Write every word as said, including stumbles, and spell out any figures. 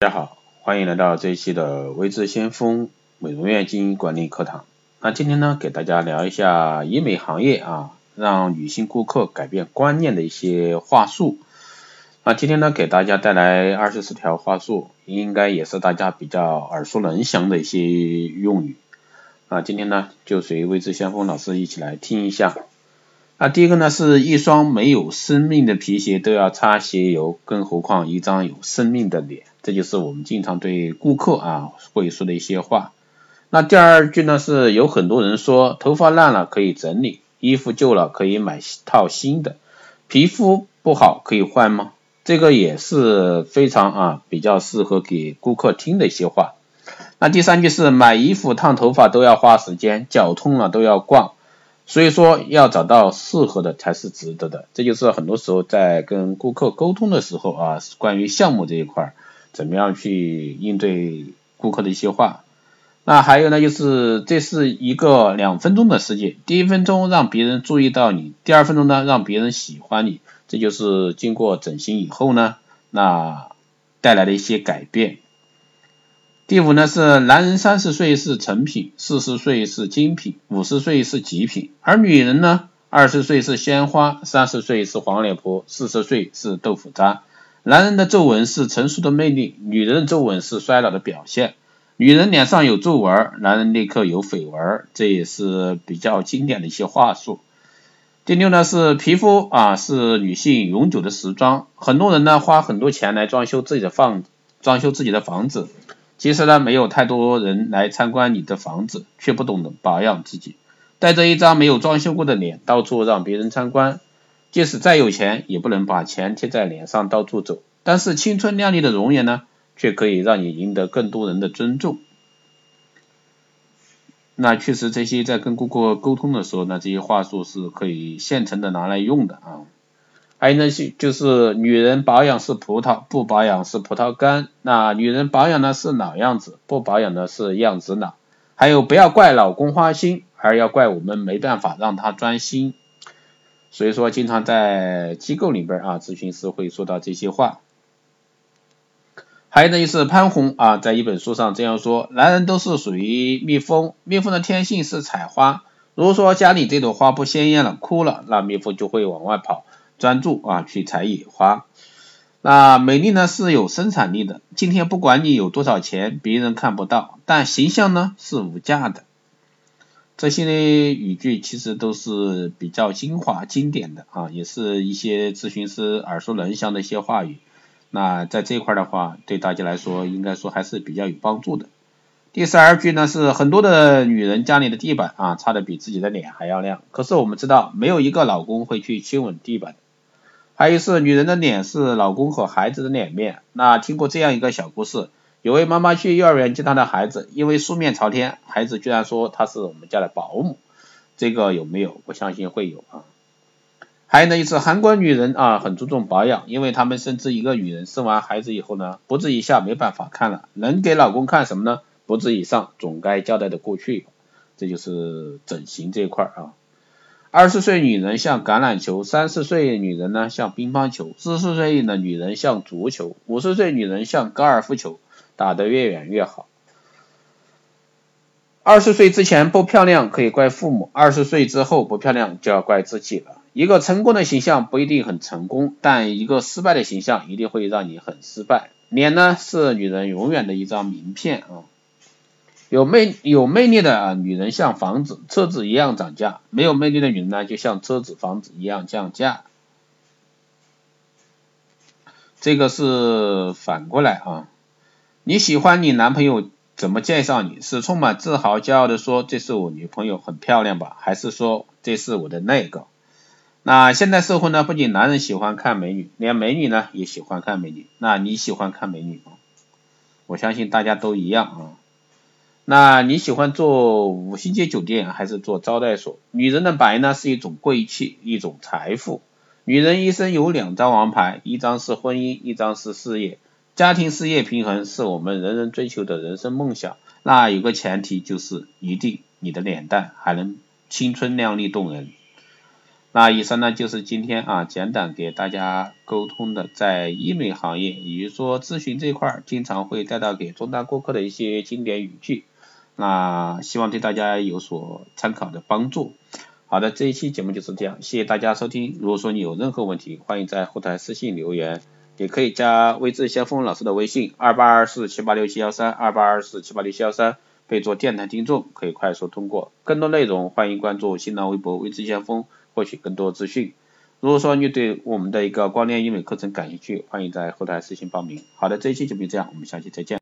大家好，欢迎来到这一期的微智先锋美容院经营管理课堂。那今天呢，给大家聊一下医美行业啊，让女性顾客改变观念的一些话术。那今天呢，给大家带来二十四条话术，应该也是大家比较耳熟能详的一些用语。那今天呢，就随微智先锋老师一起来听一下。那第一个呢，是一双没有生命的皮鞋都要擦鞋油，更何况一张有生命的脸，这就是我们经常对顾客啊会说的一些话。那第二句呢，是有很多人说头发烂了可以整理，衣服旧了可以买套新的，皮肤不好可以换吗？这个也是非常啊比较适合给顾客听的一些话。那第三句是买衣服烫头发都要花时间，脚痛了都要逛，所以说要找到适合的才是值得的。这就是很多时候在跟顾客沟通的时候啊，关于项目这一块怎么样去应对顾客的一些话。那还有呢，就是这是一个两分钟的世界，第一分钟让别人注意到你，第二分钟呢让别人喜欢你，这就是经过整形以后呢那带来的一些改变。第五呢是男人三十岁是成品，四十岁是精品，五十岁是极品，而女人呢二十岁是鲜花，三十岁是黄脸婆，四十岁是豆腐渣。男人的皱纹是成熟的魅力，女人的皱纹是衰老的表现。女人脸上有皱纹，男人立刻有绯闻，这也是比较经典的一些话术。第六呢是皮肤啊是女性永久的时装，很多人呢花很多钱来装修自己的房装修自己的房子，其实呢没有太多人来参观你的房子，却不懂得保养自己，带着一张没有装修过的脸到处让别人参观，即使再有钱也不能把钱贴在脸上到处走，但是青春靓丽的容颜呢却可以让你赢得更多人的尊重。那确实这些在跟顾客沟通的时候呢，这些话术是可以现成的拿来用的啊。还有呢就是女人保养是葡萄，不保养是葡萄干，那女人保养呢是老样子，不保养呢是样子老。还有不要怪老公花心，而要怪我们没办法让他专心。所以说经常在机构里边啊，咨询师会说到这些话。还有呢就是潘虹啊，在一本书上这样说，男人都是属于蜜蜂，蜜蜂的天性是采花，如果说家里这朵花不鲜艳了枯了，那蜜蜂就会往外跑，专注啊去采野花。那美丽呢是有生产力的，今天不管你有多少钱别人看不到，但形象呢是无价的。这些语句其实都是比较精华经典的啊，也是一些咨询师耳熟能详的一些话语。那在这一块的话，对大家来说应该说还是比较有帮助的。第十二句呢是很多的女人家里的地板啊擦得比自己的脸还要亮，可是我们知道没有一个老公会去亲吻地板。还有是女人的脸是老公和孩子的脸面。那听过这样一个小故事，有位妈妈去幼儿园接她的孩子，因为素面朝天，孩子居然说她是我们家的保姆，这个有没有？我相信会有啊。还有呢，就是韩国女人啊很注重保养，因为她们深知一个女人生完孩子以后呢，脖子以下没办法看了，能给老公看什么呢？脖子以上总该交代的过去，这就是整形这一块啊。二十岁女人像橄榄球，三十岁女人呢像乒乓球，四十岁的女人像足球，五十岁女人像高尔夫球，打得越远越好。二十岁之前不漂亮可以怪父母，二十岁之后不漂亮就要怪自己了。一个成功的形象不一定很成功，但一个失败的形象一定会让你很失败。脸呢是女人永远的一张名片啊。有魅有魅力的啊女人像房子，车子一样涨价；没有魅力的女人呢，就像车子、房子一样降价。这个是反过来啊。你喜欢你男朋友怎么介绍你？是充满自豪、骄傲的说这是我女朋友很漂亮吧？还是说这是我的那个？那现在社会呢，不仅男人喜欢看美女，连美女呢也喜欢看美女。那你喜欢看美女吗？我相信大家都一样啊。那你喜欢做五星级酒店还是做招待所？女人的白呢是一种贵气，一种财富。女人一生有两张王牌，一张是婚姻，一张是事业。家庭事业平衡是我们人人追求的人生梦想。那有个前提就是一定你的脸蛋还能青春靓丽动人。 那以上呢就是今天啊简短给大家沟通的在医美行业，也就是说咨询这一块经常会带到给中大顾客的一些经典语句，那希望对大家有所参考的帮助。好的，这一期节目就是这样，谢谢大家收听。如果说你有任何问题，欢迎在后台私信留言，也可以加微智先锋老师的微信二八二四七八六七一三 二八二四七八六七一三，备注电台听众，可以快速通过。更多内容欢迎关注新浪微博微智先锋，获取更多资讯。如果说你对我们的一个光电医美课程感兴趣，欢迎在后台私信报名。好的，这一期节目就这样，我们下期再见。